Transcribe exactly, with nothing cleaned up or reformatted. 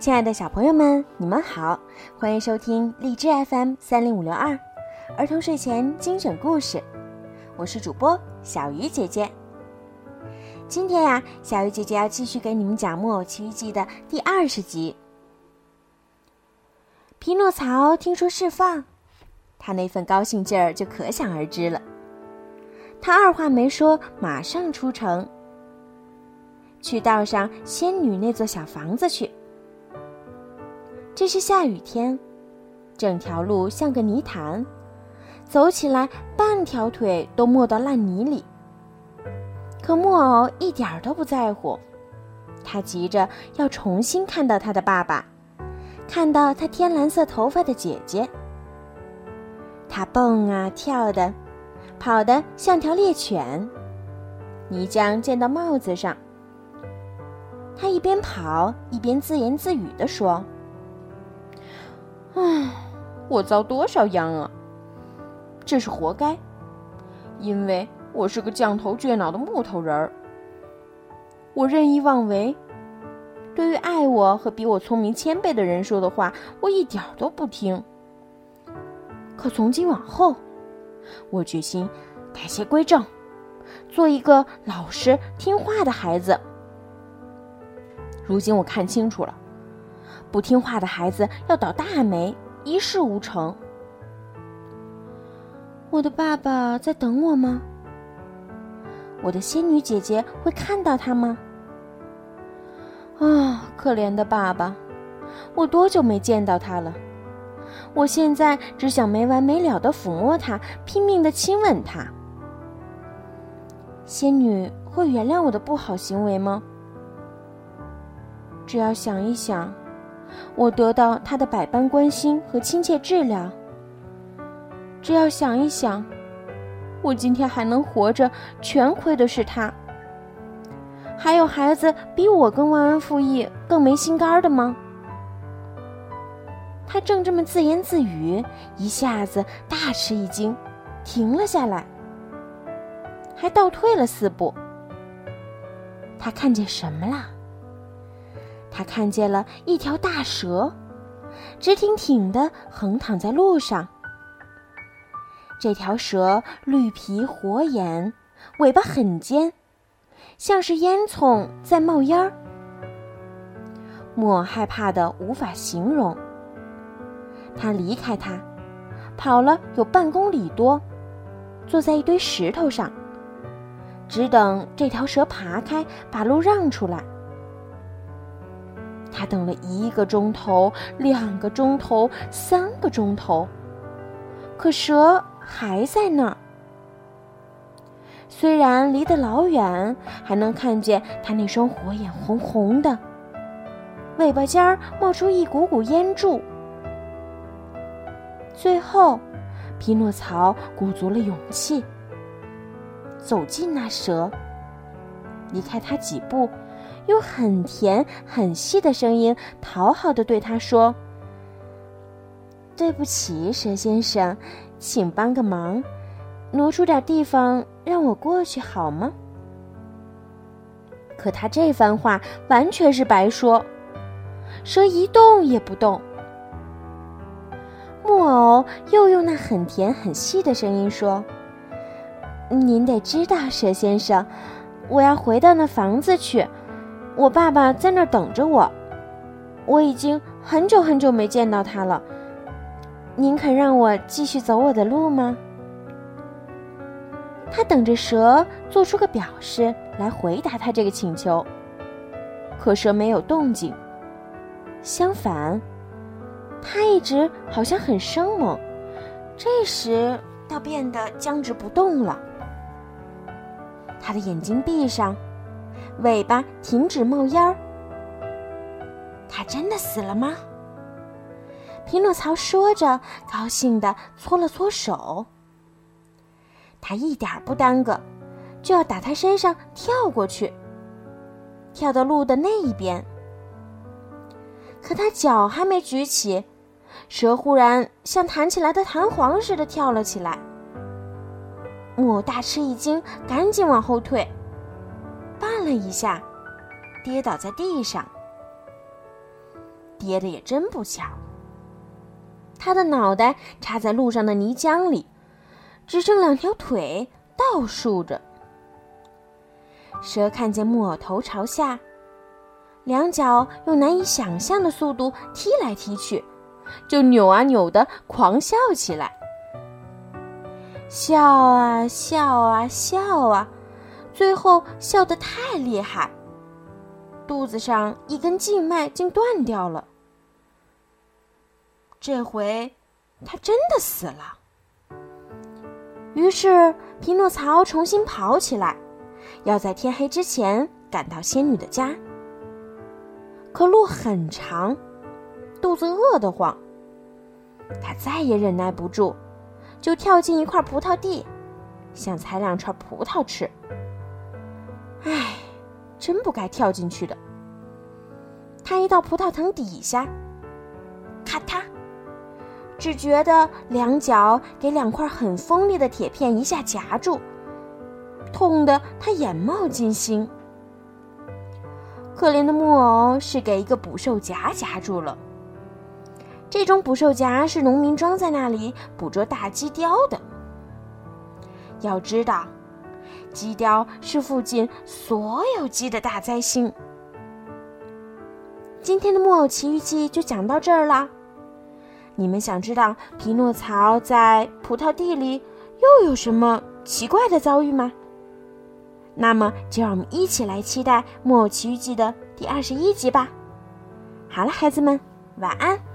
亲爱的小朋友们，你们好，欢迎收听荔枝 F M 三零五六二儿童睡前精选故事，我是主播小鱼姐姐。今天呀、啊，小鱼姐姐要继续给你们讲《木偶奇遇记》的第二十集。匹诺曹听说释放，他那份高兴劲儿就可想而知了。他二话没说，马上出城，去盗上仙女那座小房子去。这是下雨天，整条路像个泥潭，走起来半条腿都没到烂泥里。可木偶一点都不在乎，他急着要重新看到他的爸爸，看到他天蓝色头发的姐姐。他蹦啊跳的，跑得像条猎犬，泥浆溅到帽子上。他一边跑一边自言自语地说：唉，我遭多少殃啊！这是活该，因为我是个犟头倔脑的木头人儿。我任意妄为，对于爱我和比我聪明千倍的人说的话，我一点都不听。可从今往后，我决心改邪归正，做一个老实听话的孩子。如今我看清楚了，不听话的孩子要倒大霉，一事无成。我的爸爸在等我吗？我的仙女姐姐会看到他吗？啊，可怜的爸爸，我多久没见到他了？我现在只想没完没了地抚摸他，拼命地亲吻他。仙女会原谅我的不好行为吗？只要想一想，我得到他的百般关心和亲切治疗，只要想一想，我今天还能活着，全亏的是他。还有孩子比我更忘恩负义、更没心肝的吗？他正这么自言自语，一下子大吃一惊，停了下来，还倒退了四步。他看见什么了？他看见了一条大蛇，直挺挺地横躺在路上。这条蛇绿皮火眼，尾巴很尖，像是烟囱在冒烟儿。木偶害怕得无法形容。他离开它，跑了有半公里多，坐在一堆石头上，只等这条蛇爬开，把路让出来。他等了一个钟头，两个钟头，三个钟头，可蛇还在那儿。虽然离得老远，还能看见他那双火眼红红的，尾巴尖儿冒出一股股烟柱。最后，匹诺曹鼓足了勇气，走近那蛇，离开他几步，用很甜很细的声音讨好地对他说：对不起，蛇先生，请帮个忙，挪出点地方让我过去好吗？可他这番话完全是白说，蛇一动也不动。木偶又用那很甜很细的声音说：您得知道，蛇先生，我要回到那房子去，我爸爸在那儿等着我，我已经很久很久没见到他了，您肯让我继续走我的路吗？他等着蛇做出个表示来回答他这个请求，可蛇没有动静，相反，他一直好像很生猛，这时倒变得僵直不动了。他的眼睛闭上，尾巴停止冒烟儿。他真的死了吗？匹诺曹说着，高兴地搓了搓手。他一点不耽搁，就要打他身上跳过去，跳到路的那一边。可他脚还没举起，蛇忽然像弹起来的弹簧似的跳了起来。木偶大吃一惊，赶紧往后退，绊了一下，跌倒在地上。 跌得也真不巧，他的脑袋插在路上的泥浆里，只剩两条腿倒竖着。蛇看见木偶头朝下，两脚用难以想象的速度踢来踢去，就扭啊扭地狂笑起来。笑啊笑啊笑啊，最后笑得太厉害，肚子上一根静脉竟断掉了。这回他真的死了。于是匹诺曹重新跑起来，要在天黑之前赶到仙女的家。可路很长，肚子饿得慌，他再也忍耐不住，就跳进一块葡萄地，想采两串葡萄吃。唉，真不该跳进去的。他一到葡萄藤底下，咔嗒，只觉得两脚给两块很锋利的铁片一下夹住，痛得他眼冒金星。可怜的木偶是给一个捕兽夹夹住了。这种捕兽夹是农民装在那里捕捉大鸡雕的。要知道，鸡雕是附近所有鸡的大灾星。今天的木偶奇遇记就讲到这儿啦。你们想知道匹诺曹在葡萄地里又有什么奇怪的遭遇吗？那么就让我们一起来期待《木偶奇遇记》的第二十一集吧。好了，孩子们，晚安。